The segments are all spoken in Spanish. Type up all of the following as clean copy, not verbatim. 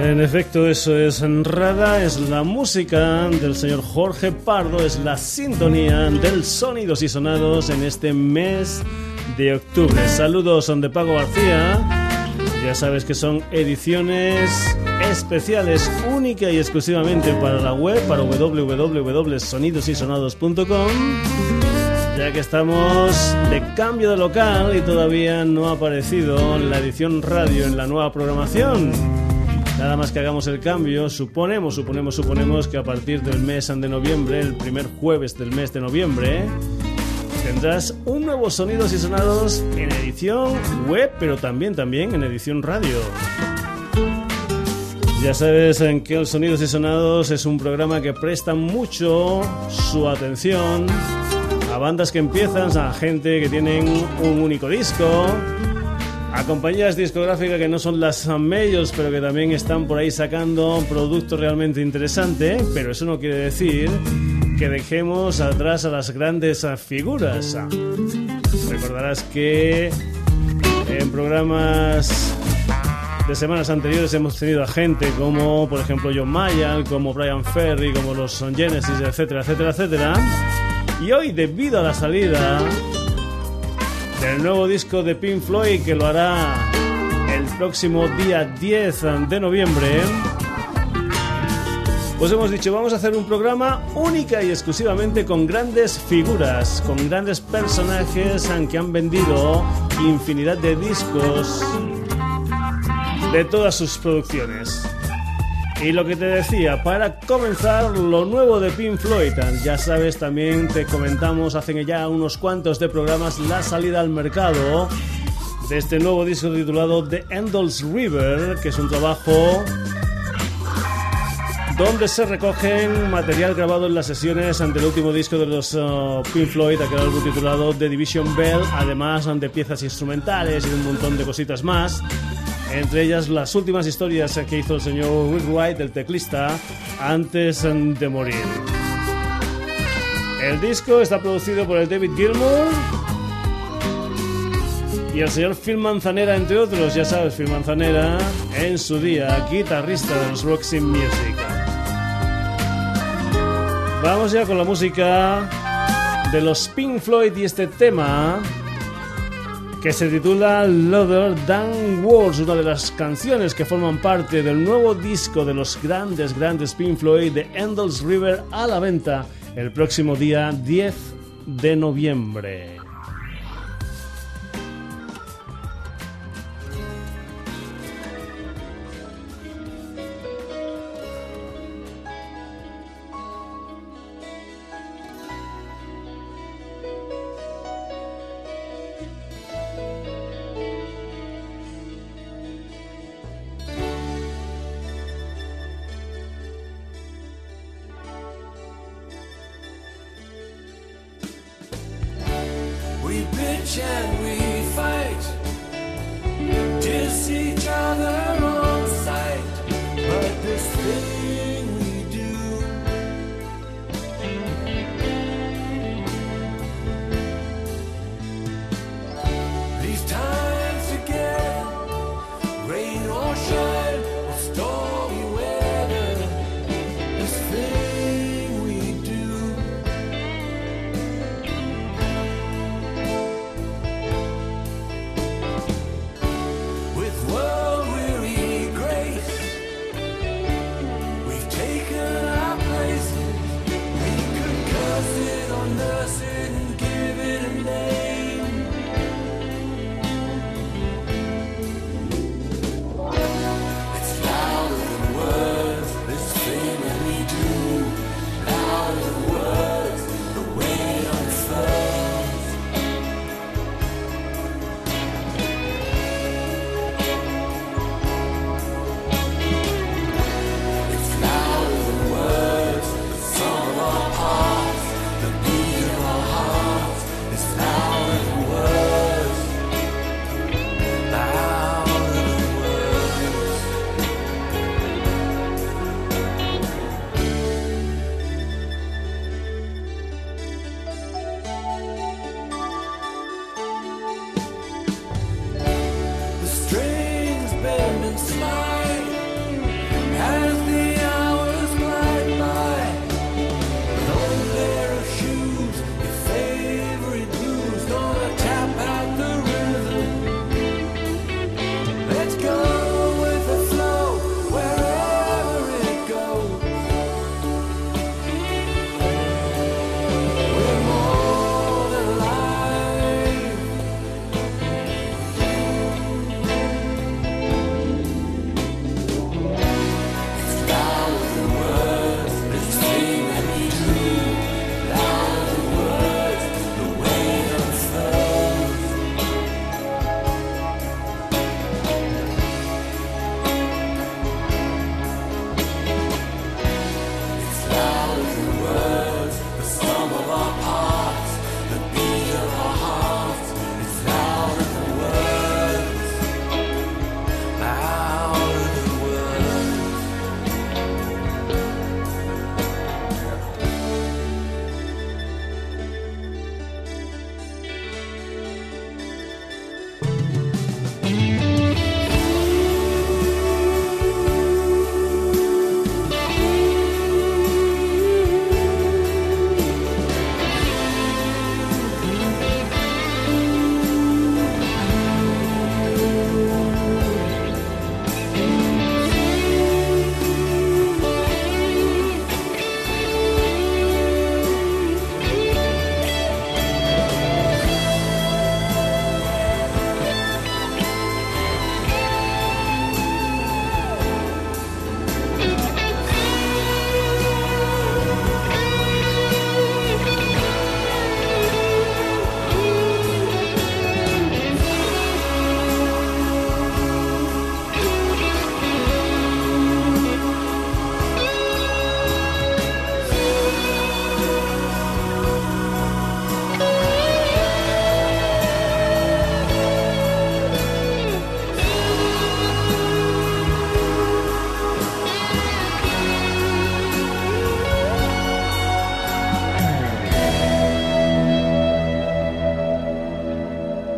En efecto, eso es Rada, es la música del señor Jorge Pardo, es la sintonía del Sonidos y Sonados en este mes de octubre. Saludos, son de Paco García. Ya sabes que son ediciones especiales, única y exclusivamente para la web, para www.sonidosysonados.com, ya que estamos de cambio de local y todavía no ha aparecido la edición radio en la nueva programación. Nada más que hagamos el cambio, suponemos que a partir del mes de noviembre, el primer jueves del mes de noviembre, tendrás un nuevo Sonidos y Sonados en edición web, pero también en edición radio. Ya sabes en que el Sonidos y Sonados es un programa que presta mucho su atención a bandas que empiezan, a gente que tienen un único disco, a compañías discográficas que no son las majors, pero que también están por ahí sacando producto realmente interesante. Pero eso no quiere decir que dejemos atrás a las grandes figuras. Recordarás que en programas de semanas anteriores hemos tenido a gente como, por ejemplo, John Mayall, como Brian Ferry, como los Genesis, etcétera. Y hoy, debido a la salida del nuevo disco de Pink Floyd, que lo hará el próximo día 10 de noviembre, pues hemos dicho, vamos a hacer un programa única y exclusivamente con grandes figuras, con grandes personajes que han vendido infinidad de discos de todas sus producciones. Y lo que te decía, para comenzar, lo nuevo de Pink Floyd. Ya sabes, también te comentamos hace ya unos cuantos de programas la salida al mercado de este nuevo disco titulado The Endless River, que es un trabajo donde se recogen material grabado en las sesiones ante el último disco de los Pink Floyd, aquel álbum titulado The Division Bell, además de piezas instrumentales y un montón de cositas más. Entre ellas las últimas historias que hizo el señor Rick Wright, el teclista, antes de morir. El disco está producido por el David Gilmour y el señor Phil Manzanera, entre otros. Ya sabes, Phil Manzanera, en su día guitarrista de los Roxy Music. Vamos ya con la música de los Pink Floyd y este tema que se titula Louder Than Words, una de las canciones que forman parte del nuevo disco de los grandes Pink Floyd, The Endless River, a la venta el próximo día 10 de noviembre.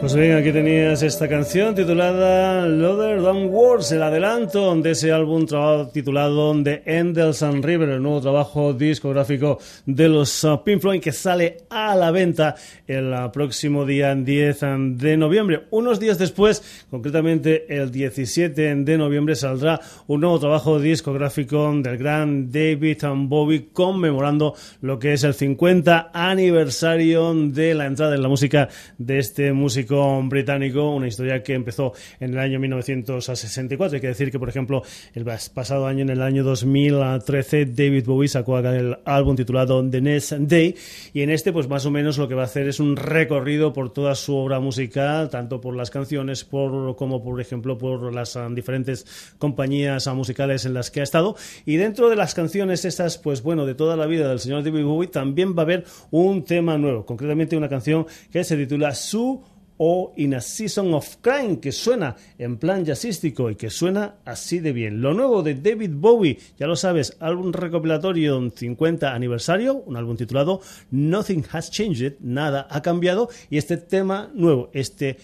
Pues bien, aquí tenías esta canción titulada Louder Than Words, el adelanto de ese álbum titulado The Endless and River, el nuevo trabajo discográfico de los Pink Floyd, que sale a la venta el próximo día 10 de noviembre. Unos días después, concretamente el 17 de noviembre, saldrá un nuevo trabajo discográfico del gran David Bowie, conmemorando lo que es el 50 aniversario de la entrada en la música de este músico británico, una historia que empezó en el año 1964. Hay que decir que, por ejemplo, el pasado año, en el año 2013, David Bowie sacó el álbum titulado The Next Day, y en este, pues más o menos lo que va a hacer es un recorrido por toda su obra musical, tanto por las canciones como, por ejemplo, por las diferentes compañías musicales en las que ha estado. Y dentro de las canciones estas, pues bueno, de toda la vida del señor David Bowie, también va a haber un tema nuevo, concretamente una canción que se titula Sue o In a Season of Crime, que suena en plan jazzístico y que suena así de bien. Lo nuevo de David Bowie, ya lo sabes, álbum recopilatorio 50 aniversario, un álbum titulado Nothing Has Changed, nada ha cambiado, y este tema nuevo, este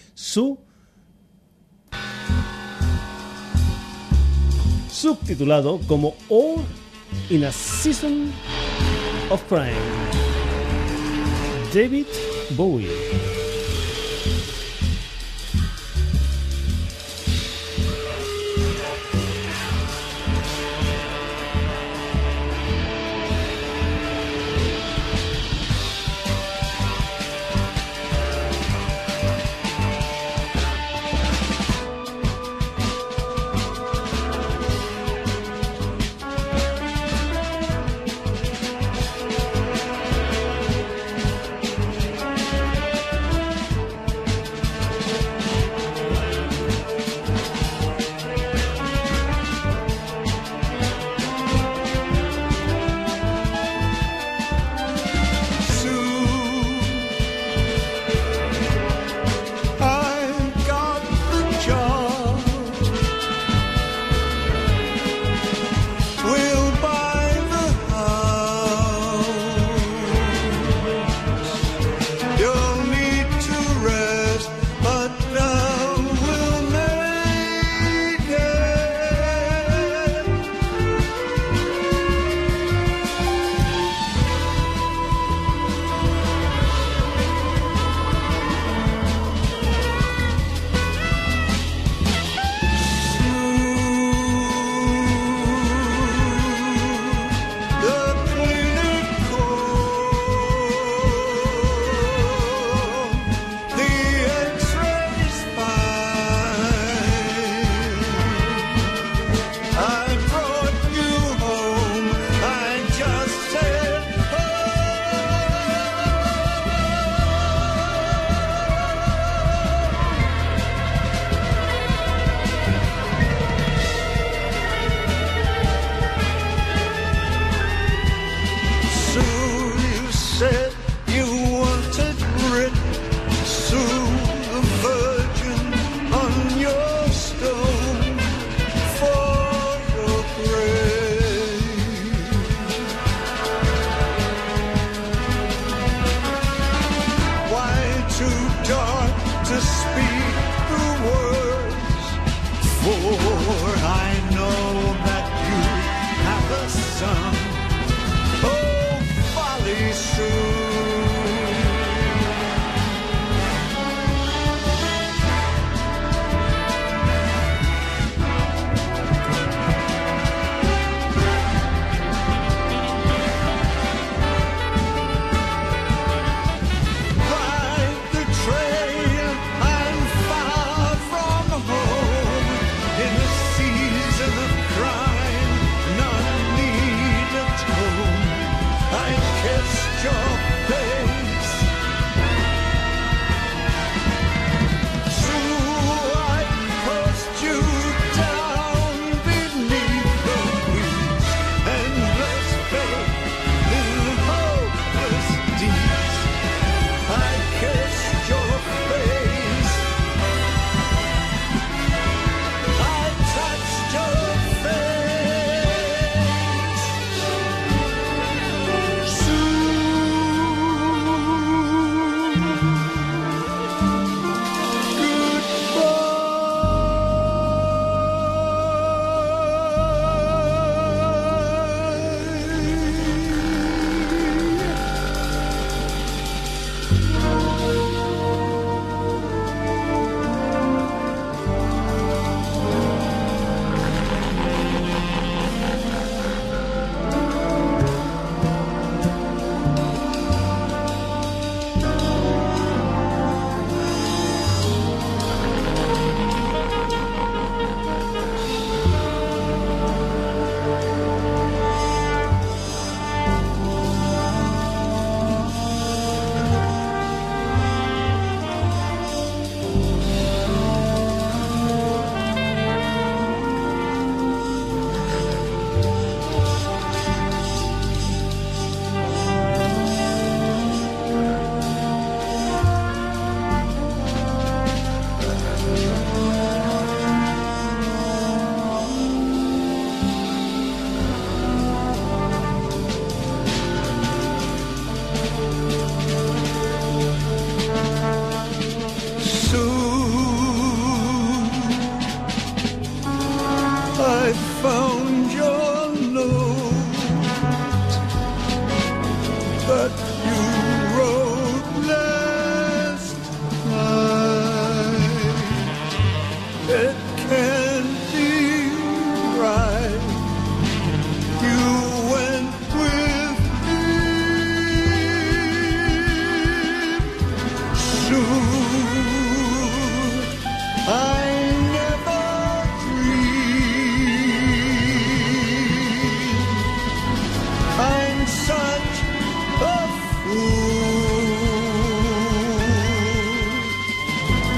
subtitulado como All in a Season of Crime. David Bowie.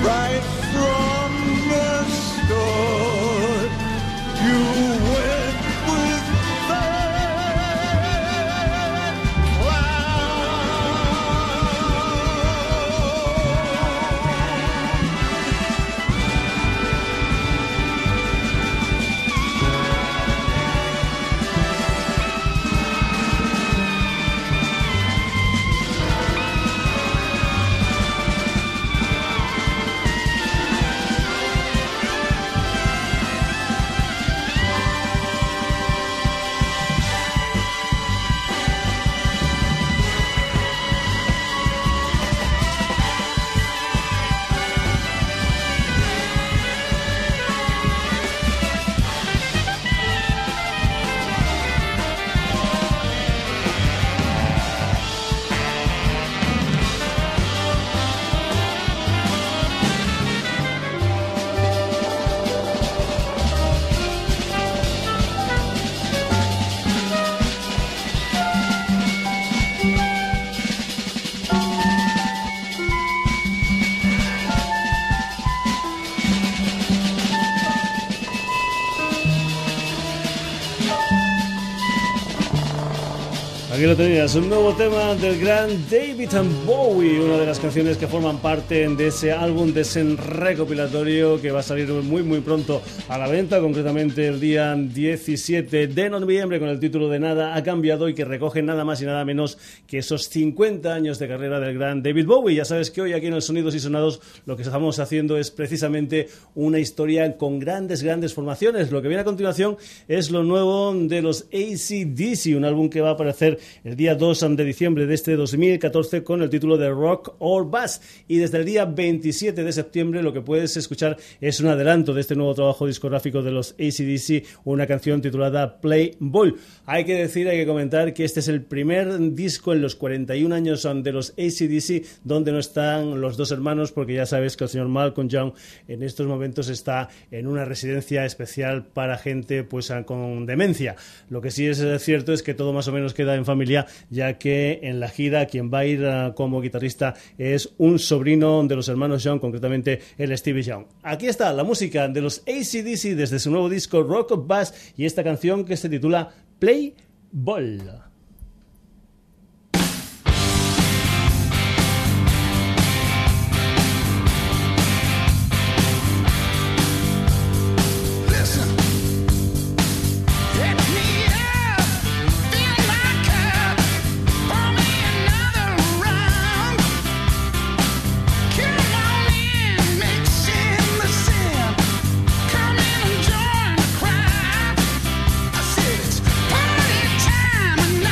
right from the start. You went with that Aquí lo tenías, un nuevo tema del gran David Bowie, una de las canciones que forman parte de ese álbum, de ese recopilatorio que va a salir muy muy pronto a la venta, concretamente el día 17 de noviembre, con el título de Nada ha cambiado, y que recoge nada más y nada menos que esos 50 años de carrera del gran David Bowie. Ya sabes que hoy aquí en el Sonidos y Sonados lo que estamos haciendo es precisamente una historia con grandes formaciones. Lo que viene a continuación es lo nuevo de los AC/DC, un álbum que va a aparecer el día 2 de diciembre de este 2014 con el título de Rock or Bust, y desde el día 27 de septiembre lo que puedes escuchar es un adelanto de este nuevo trabajo discográfico de los AC/DC, una canción titulada Play Ball. Hay que comentar que este es el primer disco en los 41 años de los AC/DC donde no están los dos hermanos, porque ya sabes que el señor Malcolm Young en estos momentos está en una residencia especial para gente pues con demencia. Lo que sí es cierto es que todo más o menos queda en familia, ya que en la gira quien va a ir como guitarrista es un sobrino de los hermanos Young, concretamente el Stevie Young. Aquí está la música de los AC/DC desde su nuevo disco Rock or Bust, y esta canción que se titula Play Ball. Party time and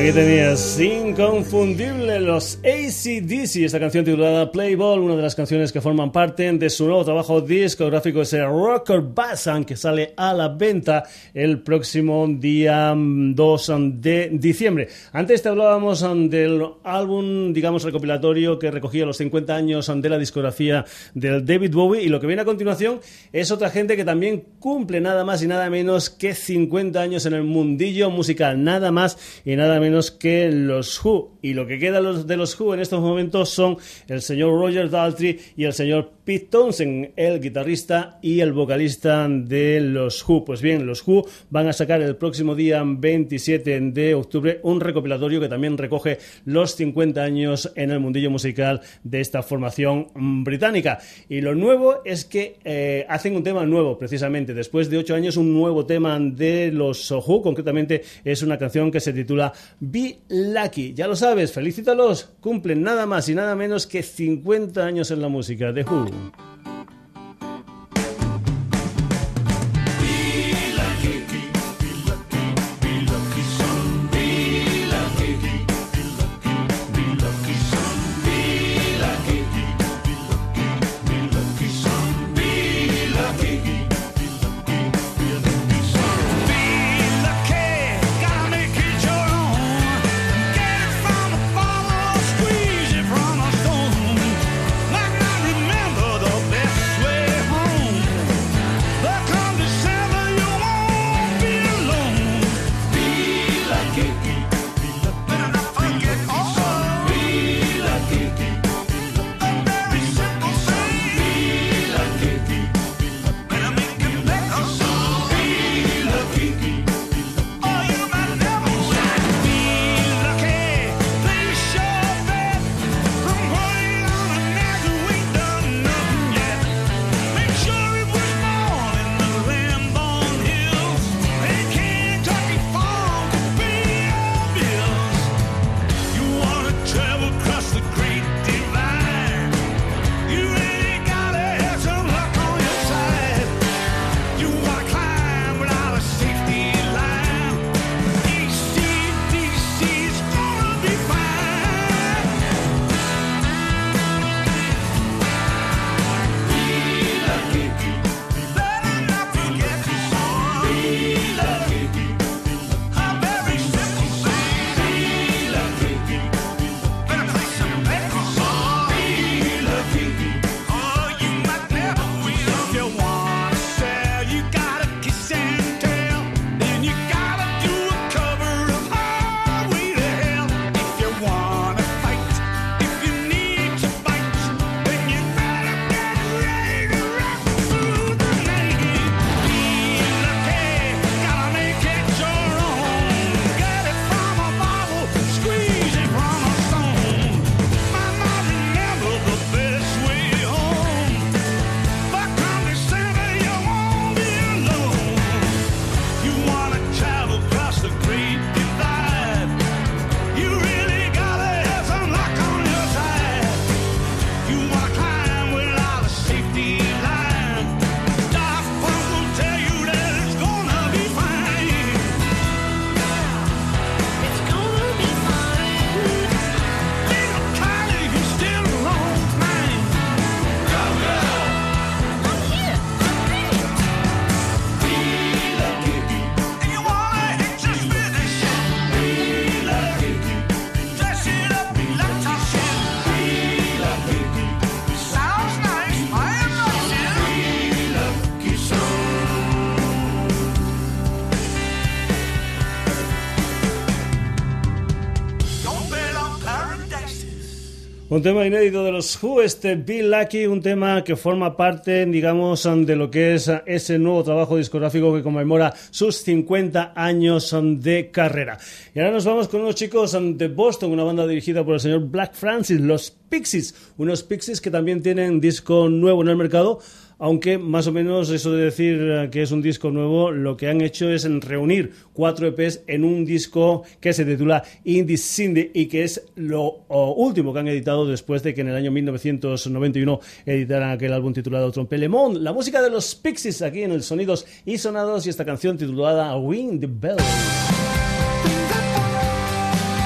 Aquí tenías inconfundible los AC/DC, esta canción titulada Play Ball, una de las canciones que forman parte de su nuevo trabajo discográfico, ese Rocker Bassan, que sale a la venta el próximo día 2 de diciembre. Antes te hablábamos del álbum, digamos, recopilatorio que recogía los 50 años de la discografía del David Bowie, y lo que viene a continuación es otra gente que también cumple nada más y nada menos que 50 años en el mundillo musical, nada más y nada menos que los Who. Y lo que queda de los Who en estos momentos son el señor Roger Daltrey y el señor Pete Townshend, el guitarrista y el vocalista de los Who. Pues bien, los Who van a sacar el próximo día 27 de octubre un recopilatorio que también recoge los 50 años en el mundillo musical de esta formación británica. Y lo nuevo es que hacen un tema nuevo, precisamente. Después de 8 años, un nuevo tema de los Who. Concretamente es una canción que se titula Be Lucky. Ya lo sabes, felicítalos. Cumplen nada más y nada menos que 50 años en la música de Who. Un tema inédito de los Who, este Be Lucky, un tema que forma parte, digamos, de lo que es ese nuevo trabajo discográfico que conmemora sus 50 años de carrera. Y ahora nos vamos con unos chicos de Boston, una banda dirigida por el señor Black Francis, los Pixies, unos Pixies que también tienen disco nuevo en el mercado. Aunque más o menos eso de decir que es un disco nuevo, lo que han hecho es reunir 4 EPs en un disco que se titula Indie Cindy y que es lo último que han editado después de que en el año 1991 editaran aquel álbum titulado Trompe Le Monde. La música de los Pixies aquí en el Sonidos y Sonados y esta canción titulada Ring the Bell.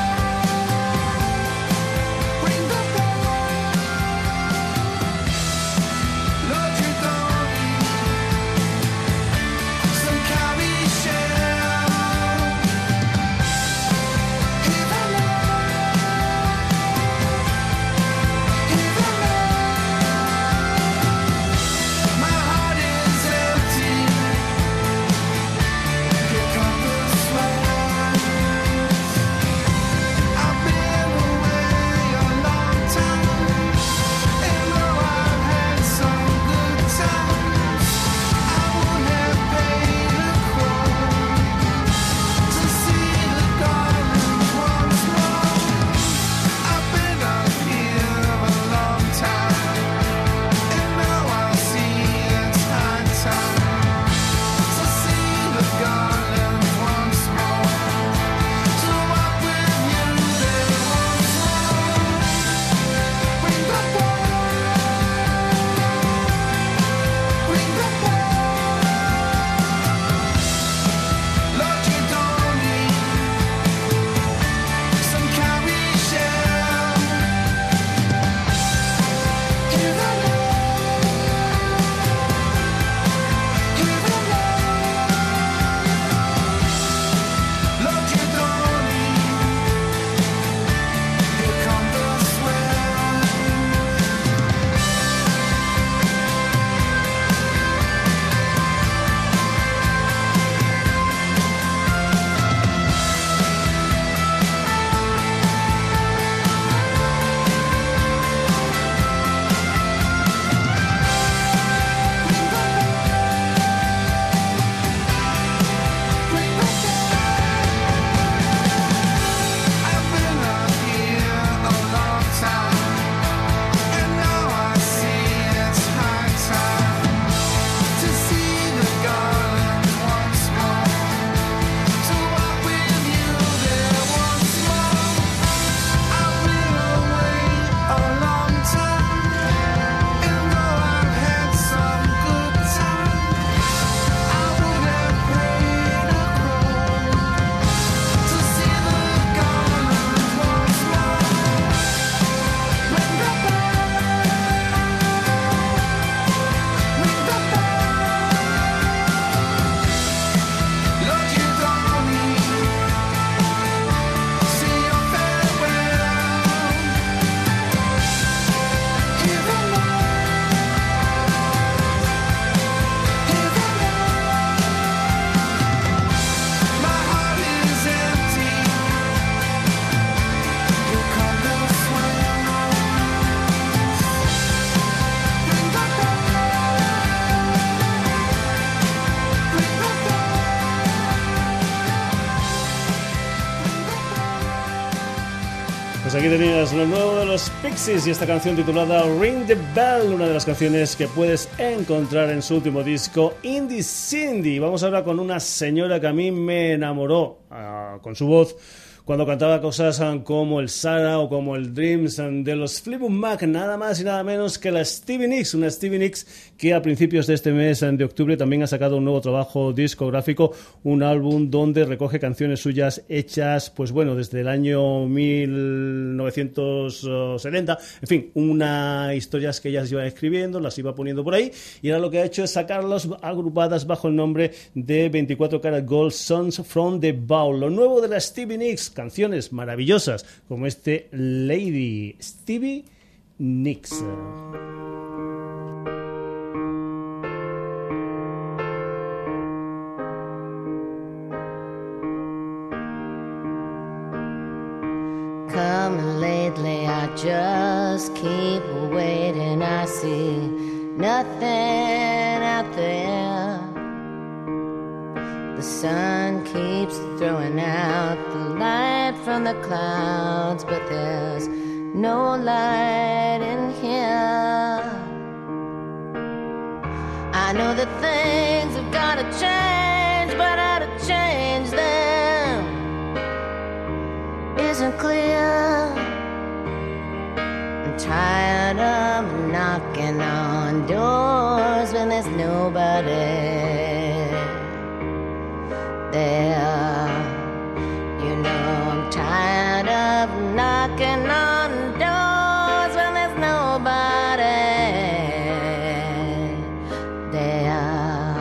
Pues aquí tenías lo nuevo de los Pixies y esta canción titulada Ring the Bell, una de las canciones que puedes encontrar en su último disco, Indie Cindy. Vamos ahora con una señora que a mí me enamoró con su voz cuando cantaba cosas como el Sarah o como el Dreams de los Fleetwood Mac, nada más y nada menos que la Stevie Nicks, una Stevie Nicks que a principios de este mes de octubre también ha sacado un nuevo trabajo discográfico, un álbum donde recoge canciones suyas hechas, pues bueno, desde el año 1970, en fin, unas historias que ella iba escribiendo, las iba poniendo por ahí, y ahora lo que ha hecho es sacarlas agrupadas bajo el nombre de 24 Karat Gold Songs from the Bowl. Lo nuevo de la Stevie Nicks, canciones maravillosas como este Lady Stevie Nicks. Come lately, I just keep waiting. I see nothing out there. The sun keeps throwing out the light from the clouds, but there's no light in here. I know that things have gotta change, but how to change them isn't clear. I'm tired of knocking on doors when there's nobody there. You know I'm tired of knocking on doors when there's nobody there.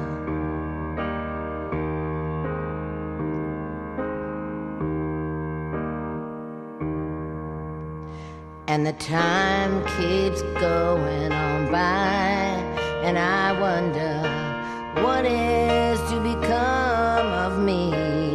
And the time keeps going on by, and I wonder what is to become of me.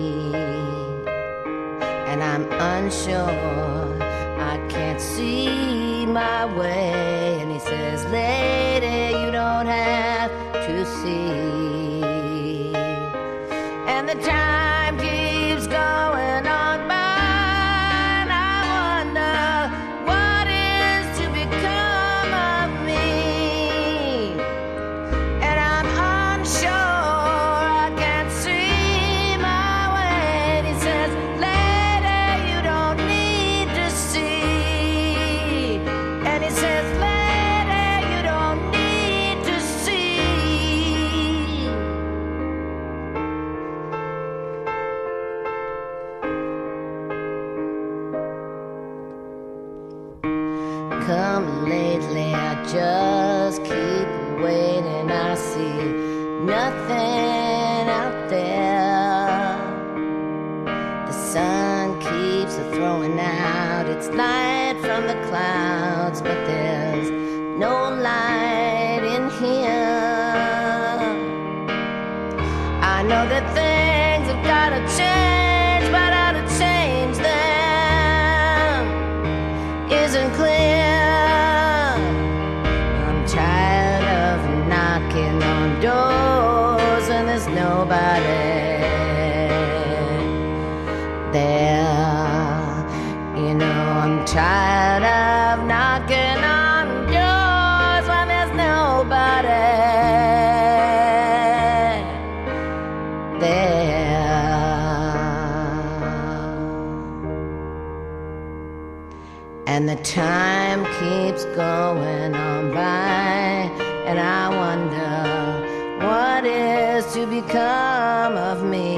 And I'm unsure, I can't see my way. And he says, lady, you don't have to see. And the time keeps going on by, and I wonder what is to become of me. And I'm unsure, I can't see my way. And he says, lady, you don't need to see. And he says, lady, you don't need to see. Come lately, I just keep waiting. I see nothing out there. The sun keeps throwing out its light from the clouds, but there's no light in here. I know that things have gotta change, but how to change them isn't clear. I'm tired of knocking on doors and there's nobody there. You know I'm tired of knocking on doors when there's nobody there. And the time keeps going on by, and I wonder what is to become of me.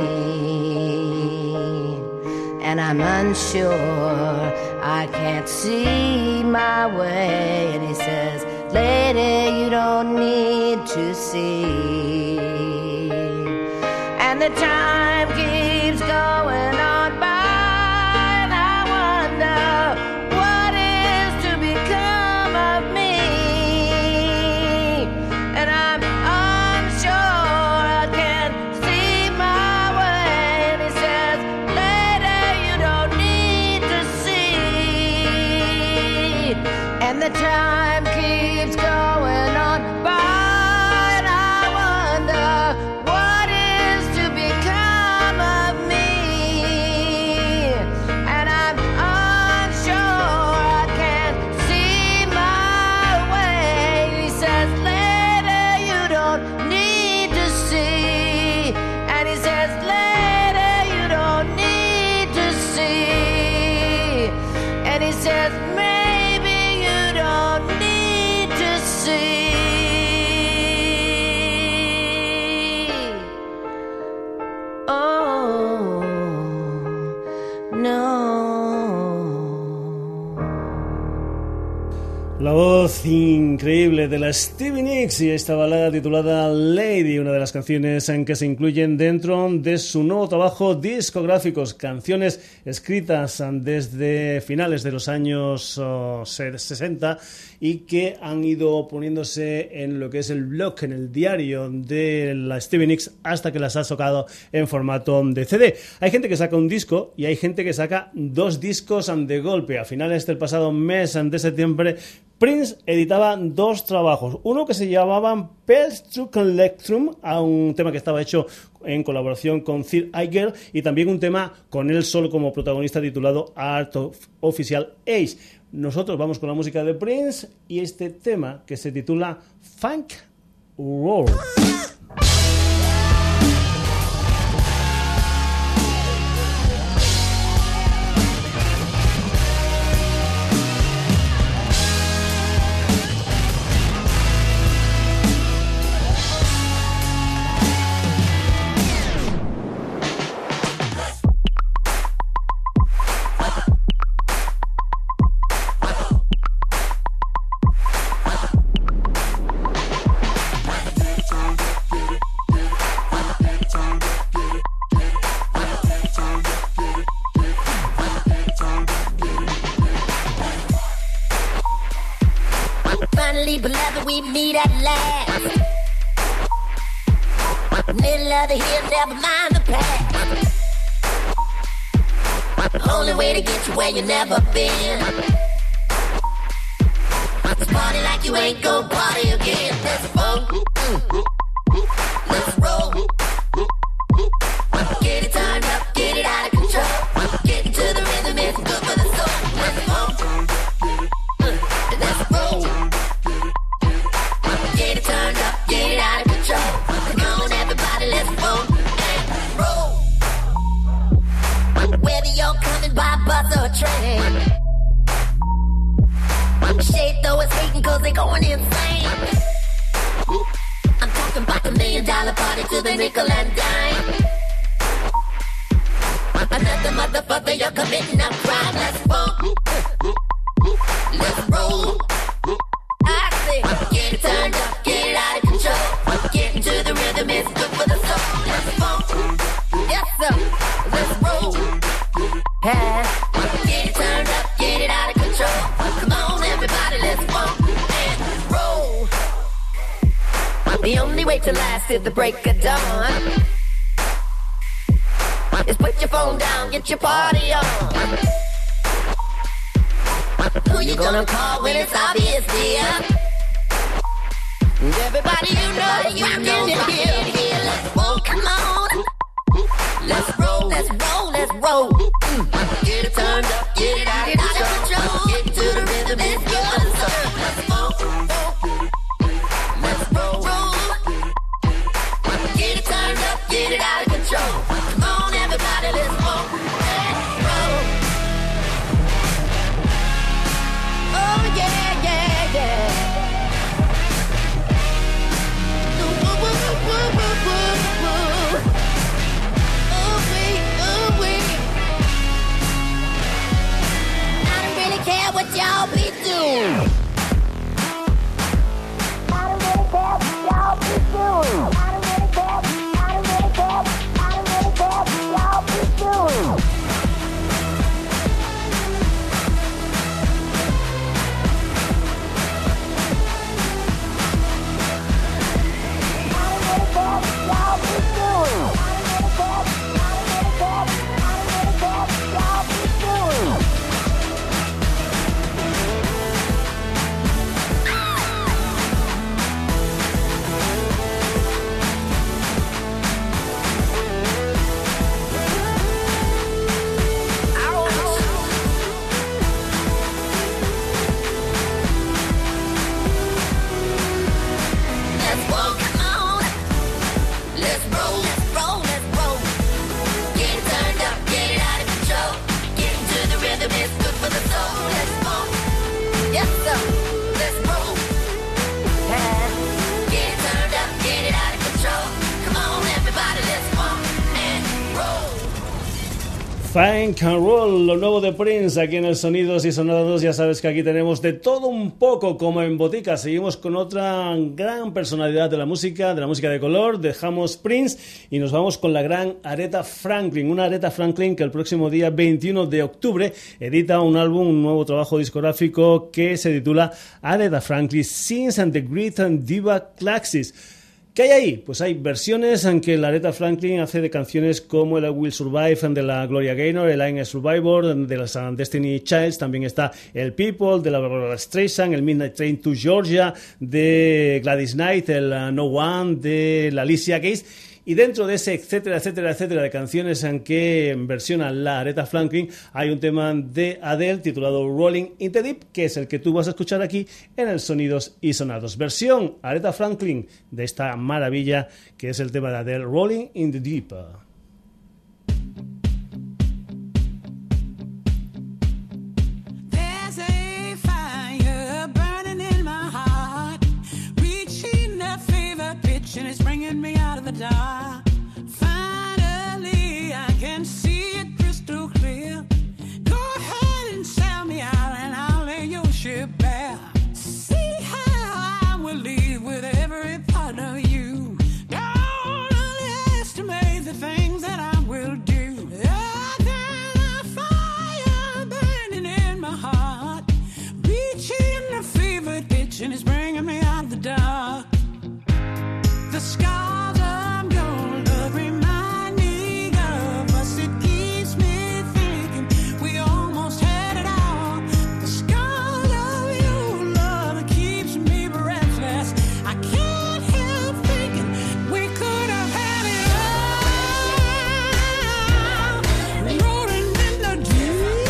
And I'm unsure, I can't see my way. And he says, lady, you don't need to see. And the time keeps going on by, and I wonder what is to become of me. And I'm unsure, I can't see my way. And he says, lady, you don't need to see. And the time keeps going on by, and I wonder what is to become of La voz increíble de la Stevie Nicks y esta balada titulada Lady, una de las canciones en que se incluyen dentro de su nuevo trabajo discográficos, canciones escritas desde finales de los años 60 y que han ido poniéndose en lo que es el blog, en el diario de la Stevie Nicks, hasta que las ha sacado en formato de CD. Hay gente que saca un disco y hay gente que saca 2 discos de golpe. A finales del pasado mes de septiembre, Prince editaba 2 trabajos, uno que se llamaba Pearls to Collectrum, a un tema que estaba hecho en colaboración con Third Eye Girl, y también un tema con él solo como protagonista titulado Art of Official Age. Nosotros vamos con la música de Prince y este tema que se titula Funk Roar. Beloved, we meet at last. Middle of the hill, never mind the past. Only way to get you where you never been. Let's party like you ain't gon' party again. Let's roll, let's roll. Get it turned up, get it out of control. Get into the rhythm, it's good for the soul. Let's roll, let's roll. Get it turned up, get it out of control. Come on, everybody, let's roll and roll. Whether you're coming by bus or train, shade though it's hating cause they going insane. I'm talking about the $1 million party to the nickel and dime. Another motherfucker, you're committing a crime. Let's roll, let's roll. I say, get it turned up, get it out of control. Get into the rhythm, it's good for the soul. Let's roll, yes sir, let's roll. Get it turned up, get it out of control. Come on everybody, let's roll and roll. The only way to last is the break of dawn. Is put your phone down, get your party on. Who you gonna call when it's obvious, dear? Everybody you know, you can hear. Let's roll, come on. Let's roll, let's roll, let's roll. Get it turned up, get it out of control. Get to the rhythm, it's good. Let's roll, let's roll, roll. Get it turned up, get it out of control. Come on, everybody, let's roll, let's roll. Oh yeah, yeah, yeah. Woo, woo, woo, woo, woo, woo. Ooh wee. I don't really care what y'all be doing. I don't really care what y'all be doing. I don't really care. Funk and Roll, lo nuevo de Prince aquí en el Sonidos y Sonados. Ya sabes que aquí tenemos de todo un poco como en botica. Seguimos con otra gran personalidad de la música de color. Dejamos Prince y nos vamos con la gran Aretha Franklin. Una Aretha Franklin que el próximo día 21 de octubre edita un álbum, un nuevo trabajo discográfico que se titula Aretha Franklin Sings and the Great Diva Classics. ¿Qué hay ahí? Pues hay versiones en que la Aretha Franklin hace de canciones como el I Will Survive de la Gloria Gaynor, el I'm a Survivor de las Destiny Childs, también está el People de la Barbara Streisand, el Midnight Train to Georgia de Gladys Knight, el No One de la Alicia Keys. Y dentro de ese etcétera, etcétera, etcétera de canciones en que versiona la Aretha Franklin, hay un tema de Adele titulado Rolling in the Deep, que es el que tú vas a escuchar aquí en el Sonidos y Sonados. Versión Aretha Franklin de esta maravilla que es el tema de Adele, Rolling in the Deep. And it's bringing me out of the dark. Finally, I can see it crystal clear. Go ahead and sell me out, and I'll lay your ship bare. See how I will leave with every part of you. Don't underestimate the things that I will do. I've got a fire burning in my heart, reaching a fever pitch, and it's bringing me out of the dark. The scars I'm gonna remind me of us. It keeps me thinking we almost had it all. The scars of your love keeps me breathless. I can't help thinking we could have had it all. Rolling in the deep.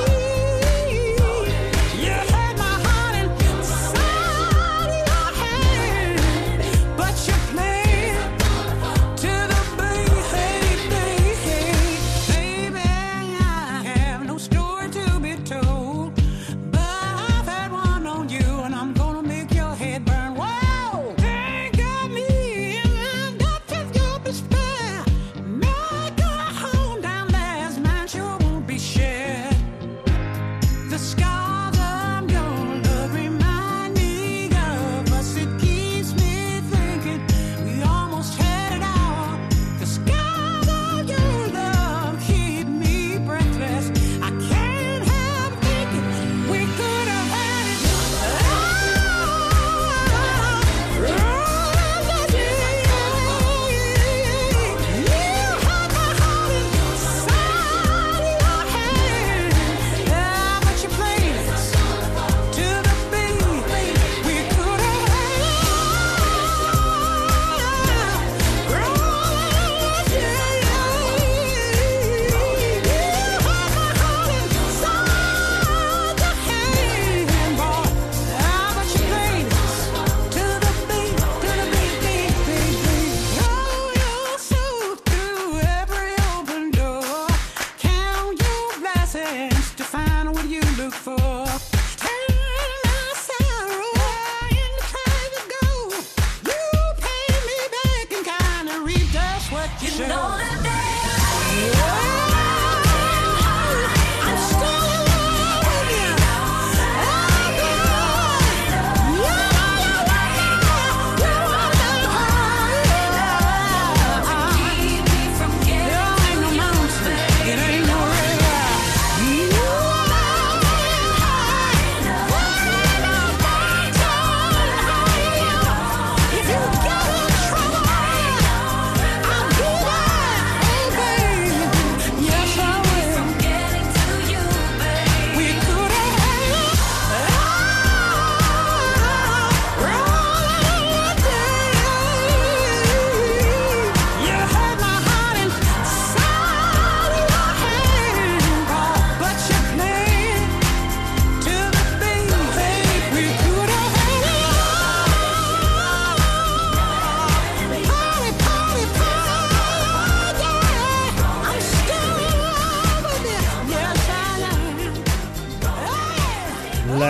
You had my heart inside your hand, but you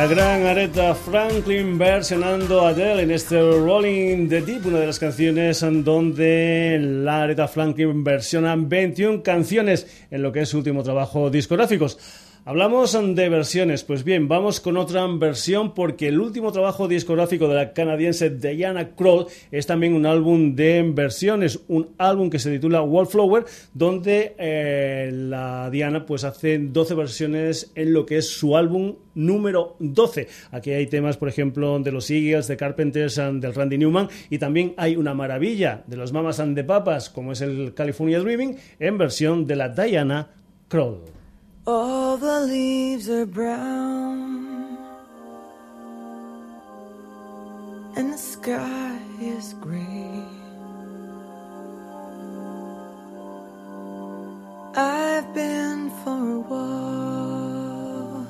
La gran Aretha Franklin versionando a Adele en este Rolling the Deep, una de las canciones donde la Aretha Franklin versiona 21 canciones en lo que es su último trabajo discográfico. Hablamos de versiones, pues bien, vamos con otra versión porque el último trabajo discográfico de la canadiense Diana Krall es también un álbum de versiones, un álbum que se titula Wallflower, donde la Diana pues hace 12 versiones en lo que es su álbum número 12. Aquí hay temas, por ejemplo, de los Eagles, de Carpenters, del Randy Newman, y también hay una maravilla de los Mamas and the Papas, como es el California Dreaming, en versión de la Diana Krall. All the leaves are brown and the sky is gray. I've been for a walk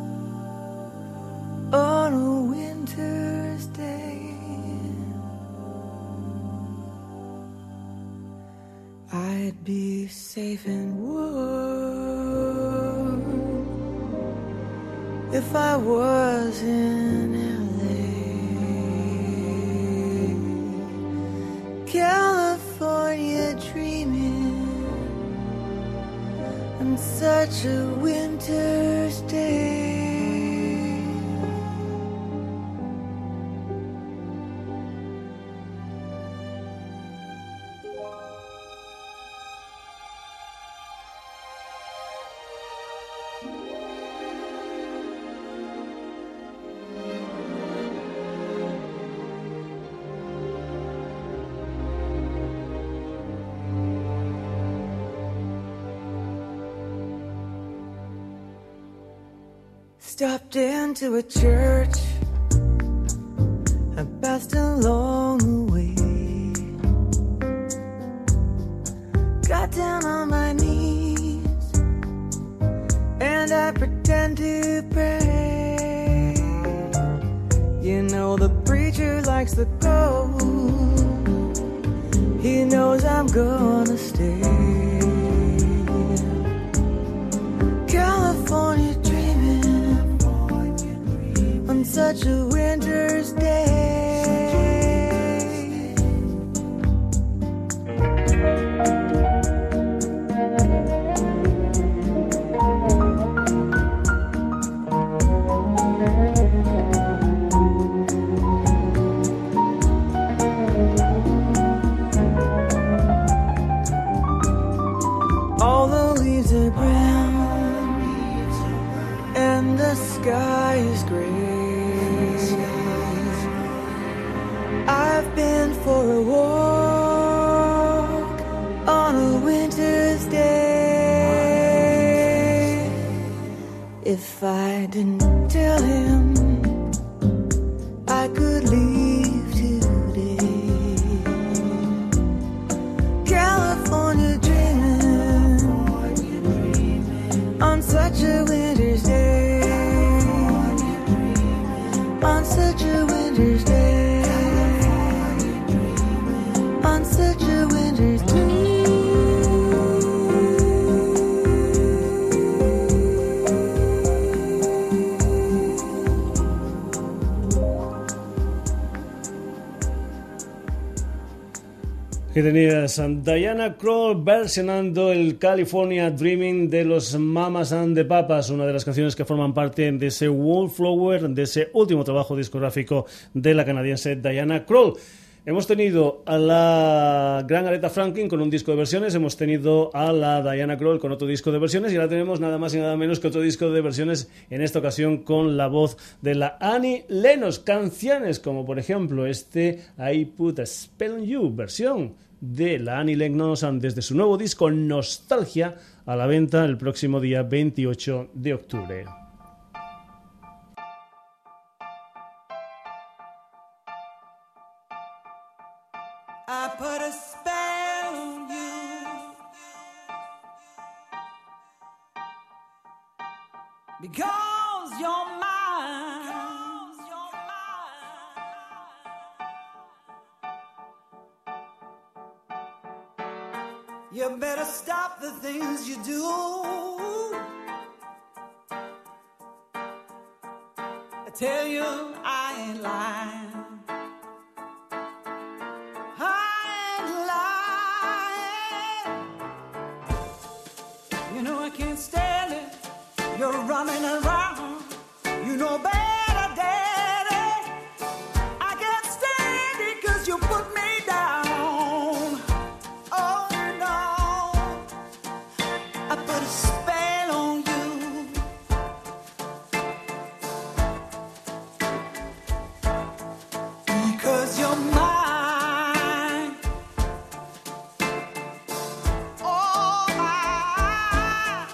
on a winter's day. I'd be safe and warm if I was in LA, California dreaming on such a winter's day. Stopped into a church I passed along the way. Got down on my knees and I pretend to pray. You know the preacher likes the go. He knows I'm gonna stay. California on such a winter's day. All the leaves are brown and the sky is gray. I've been for a walk on a winter's day. If I didn't tell him I could leave today, California dreaming on such a winter's day, on such a winter's day. Such a winter's day. Que tenías Diana Krall versionando el California Dreaming de los Mamas and the Papas, una de las canciones que forman parte de ese Wallflower, de ese último trabajo discográfico de la canadiense Diana Krall. Hemos tenido a la gran Aretha Franklin con un disco de versiones, hemos tenido a la Diana Krall con otro disco de versiones y ahora tenemos nada más y nada menos que otro disco de versiones, en esta ocasión con la voz de la Annie Lennox. Canciones como por ejemplo este I Put a Spell on You, versión de la Annie Lennox desde su nuevo disco Nostalgia, a la venta el próximo día 28 de octubre. I put a spell on you because you're mine. You better stop the things you do. tell you I ain't lying. I ain't lying. You know I can't stand it. You're running around. You know better, Daddy. I can't stand it 'cause you put me down. Oh no, I put a spell on you. Because you're mine. Oh, mine.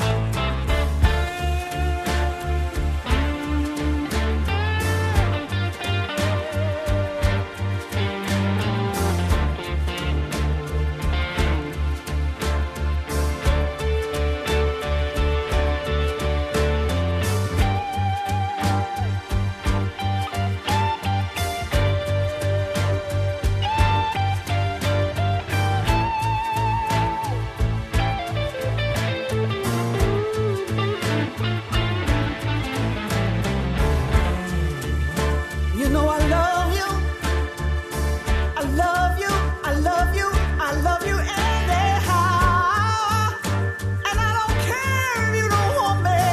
You know I love you. I love you. I love you. I love you anyhow. And I don't care if you don't want me.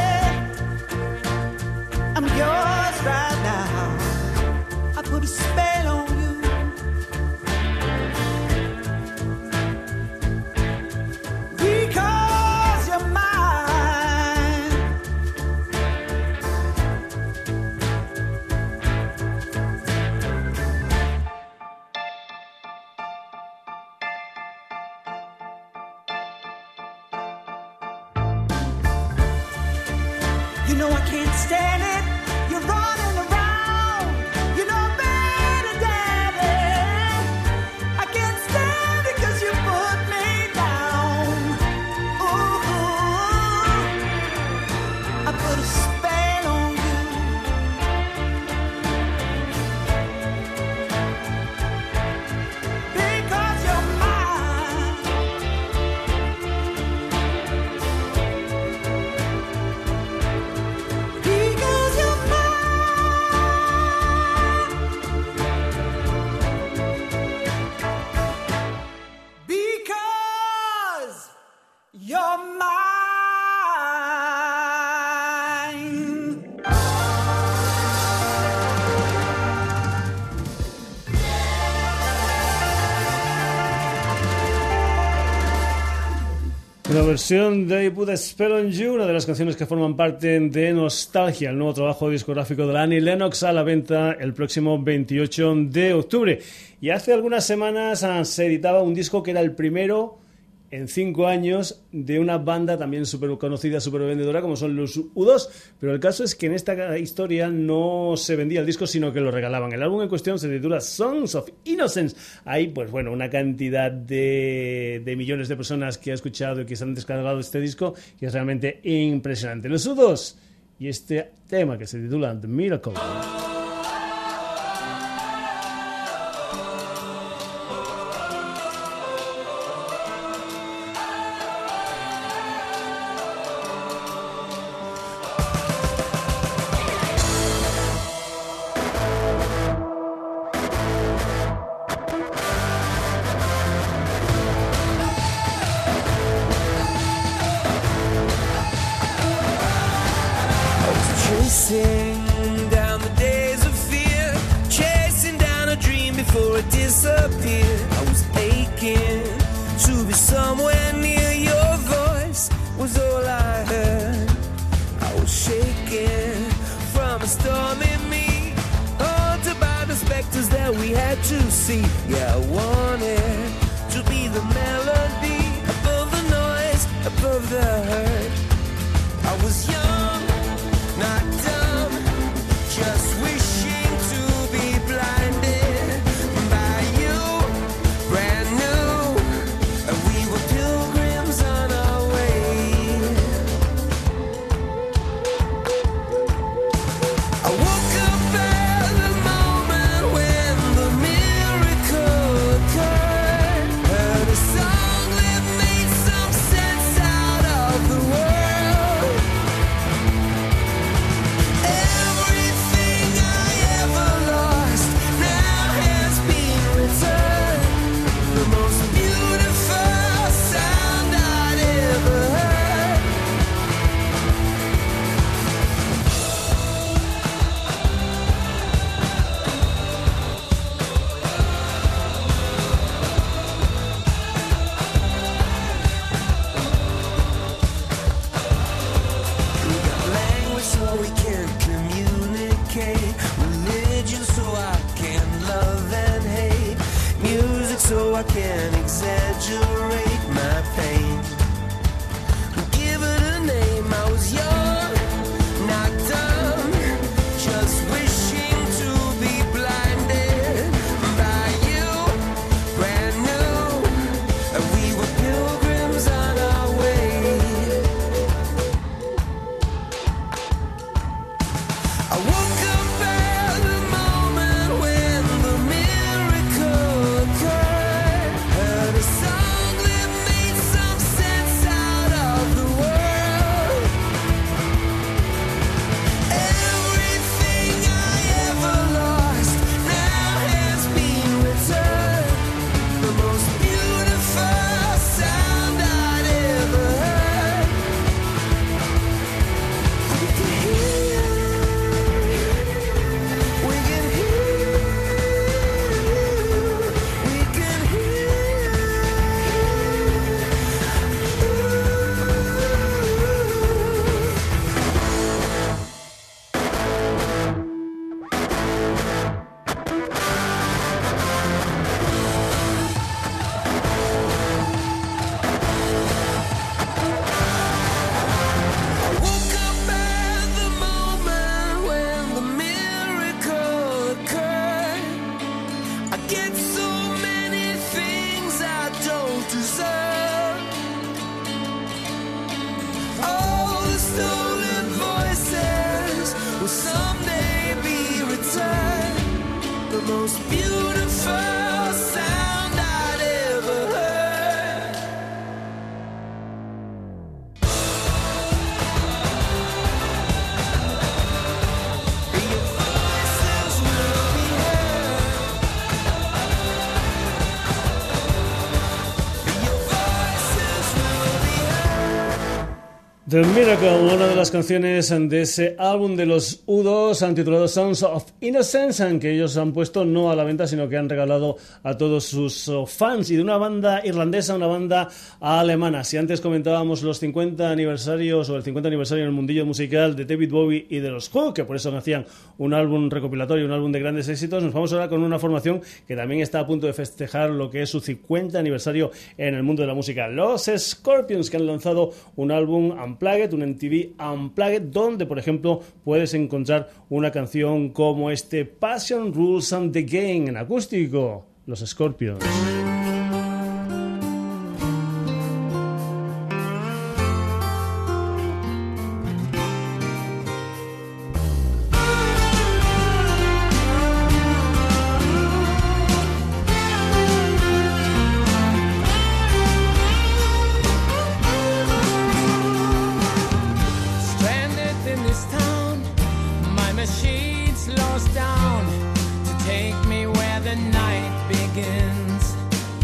I'm yours right now. I put a spell on you. Because you're mine. You know I can't stand it. You're running around. You know better, Daddy. I can't stand it 'cause you put me down. Ooh, I put a spell on you. Because you're mine. Because you're mine. Because you're mine. Una versión de I Put a Spell on You, una de las canciones que forman parte de Nostalgia, el nuevo trabajo discográfico de Annie Lennox, a la venta el próximo 28 de octubre. Y hace algunas semanas se editaba un disco que era el primero en 5 años de una banda también súper conocida, súper vendedora, como son los U2. Pero el caso es que en esta historia no se vendía el disco, sino que lo regalaban. El álbum en cuestión se titula Songs of Innocence. Hay, pues bueno, una cantidad de millones de personas que ha escuchado y que se han descargado este disco, que es realmente impresionante. Los U2 y este tema que se titula The Miracle. Chasing down the days of fear, chasing down a dream before it disappeared. I was aching to be somewhere near. Your voice was all I heard. I was shaking from a storm in me, haunted by the specters that we had to see. Yeah, I wanted to be the melody above the noise, above the hurt. I was young, not dumb, just wishing to be blinded by you, brand new, and we were pilgrims on our way. I woke up at the moment when the miracle stolen voices will someday be returned. The most beautiful sound I'd ever heard. Your voices will be heard. Your voices will be heard. The Miracle, una de las canciones de ese álbum de los U2 han titulado Sounds of Innocence, que ellos han puesto no a la venta, sino que han regalado a todos sus fans, y de una banda irlandesa, una banda alemana. Si antes comentábamos los 50 aniversarios o el 50 aniversario en el mundillo musical de David Bowie y de los Who, que por eso hacían un álbum recopilatorio, un álbum de grandes éxitos, nos vamos ahora con una formación que también está a punto de festejar lo que es su 50 aniversario en el mundo de la música. Los Scorpions, que han lanzado un álbum Unplugged, un MTV Unplugged, donde por ejemplo puedes encontrar una canción como este Passion Rules and the Game en acústico, Los Scorpions. Stranded in this town, my machine slows down to take me where the night begins.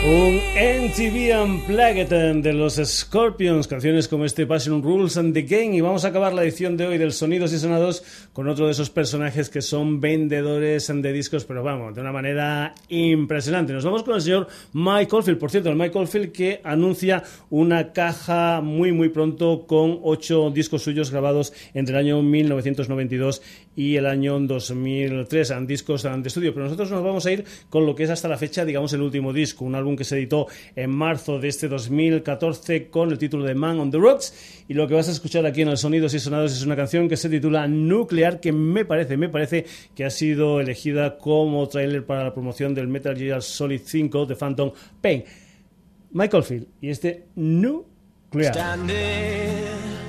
Un MTV Unplugged de los Scorpions, canciones como este Passion Rules and the Game. Y vamos a acabar la edición de hoy del Sonidos y Sonados con otro de esos personajes que son vendedores de discos, pero vamos, de una manera impresionante. Nos vamos con el señor Mike Oldfield. Por cierto, el Mike Oldfield que anuncia una caja muy pronto con 8 discos suyos grabados entre el año 1992 y el año 2003, discos de estudio. Pero nosotros nos vamos a ir con lo que es hasta la fecha, digamos, el último disco, un álbum que se editó en marzo de este 2014 con el título de Man on the Rocks, y lo que vas a escuchar aquí en el Sonidos y Sonados es una canción que se titula Nuclear, que me parece que ha sido elegida como tráiler para la promoción del Metal Gear Solid 5 de Phantom Pain. Michael Field y este Nuclear. Standing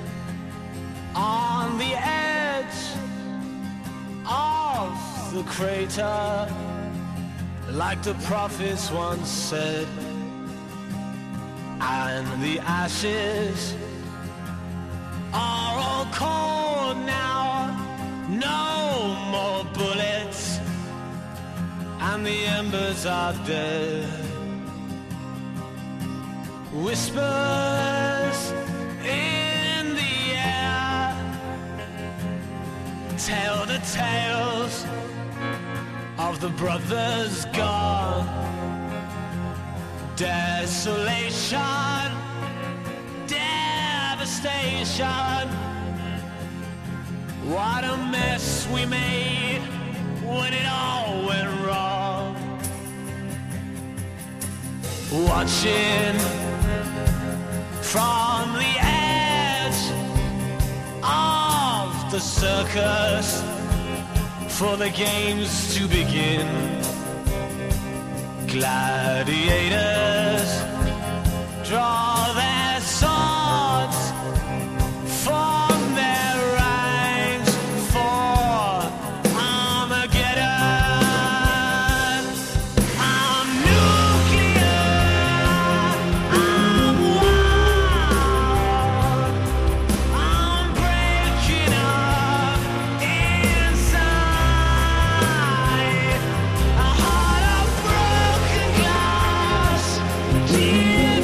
on the edge of the crater, like the prophets once said, and the ashes are all cold now, no more bullets, and the embers are dead. Whispers in the air tell the tales of the brothers gone. Desolation, devastation. What a mess we made when it all went wrong. Watching from the edge of the circus for the games to begin. Gladiators draw their swords from their ranks for Armageddon. I'm nuclear, I'm wild, I'm breaking up inside. A heart of broken glass, deep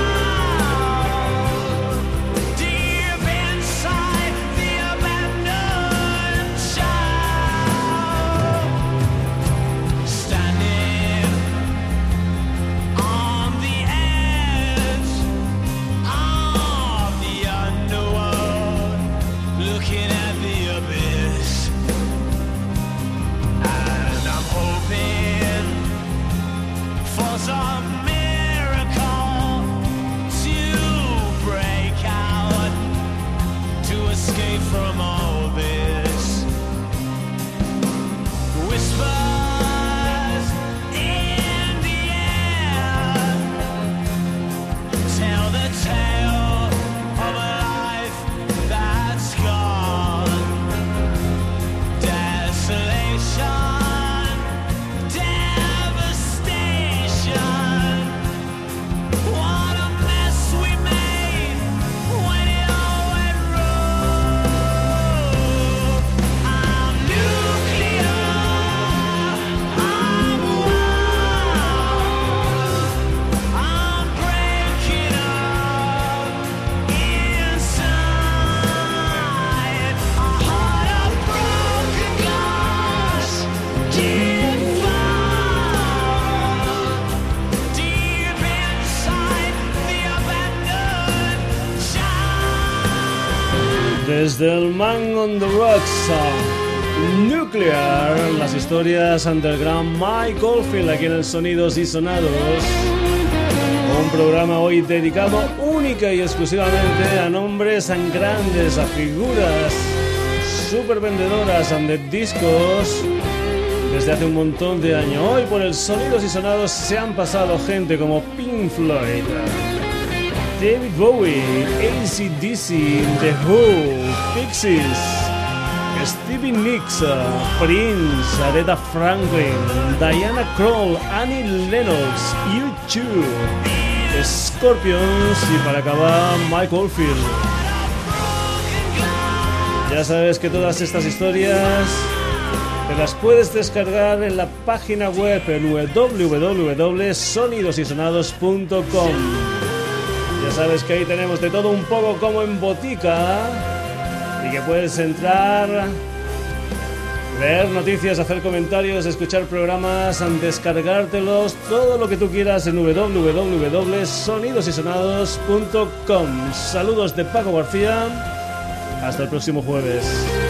inside the abandoned child. Standing on the edge of the underworld, looking at the abyss, and I'm hoping for some miracle to break out, to escape from all this. Whispers in the air tell the tale of a life that's gone. Desolation, devastation. What a mess we made when it all went wrong. I'm nuclear, I'm wild, I'm breaking up inside. A heart of broken glass, deep inside the abandoned child. Desde el Man on the Rocks a Nuclear, las historias underground Mike Oldfield aquí en el Sonidos y Sonados. Un programa hoy dedicado única y exclusivamente a nombres tan grandes, a figuras super vendedoras de discos desde hace un montón de años. Hoy por el Sonidos y Sonados se han pasado gente como Pink Floyd, David Bowie, AC/DC, The Who, Pixies, Stevie Nicks, Prince, Aretha Franklin, Diana Krall, Annie Lennox, U2, Scorpions y para acabar Mike Oldfield. Ya sabes que todas estas historias Te las puedes descargar en la página web en www.sonidosysonados.com. Ya sabes que ahí tenemos de todo un poco como en botica y que puedes entrar, leer noticias, hacer comentarios, escuchar programas, descargártelos, todo lo que tú quieras en www.sonidosysonados.com. Saludos de Paco García. Hasta el próximo jueves.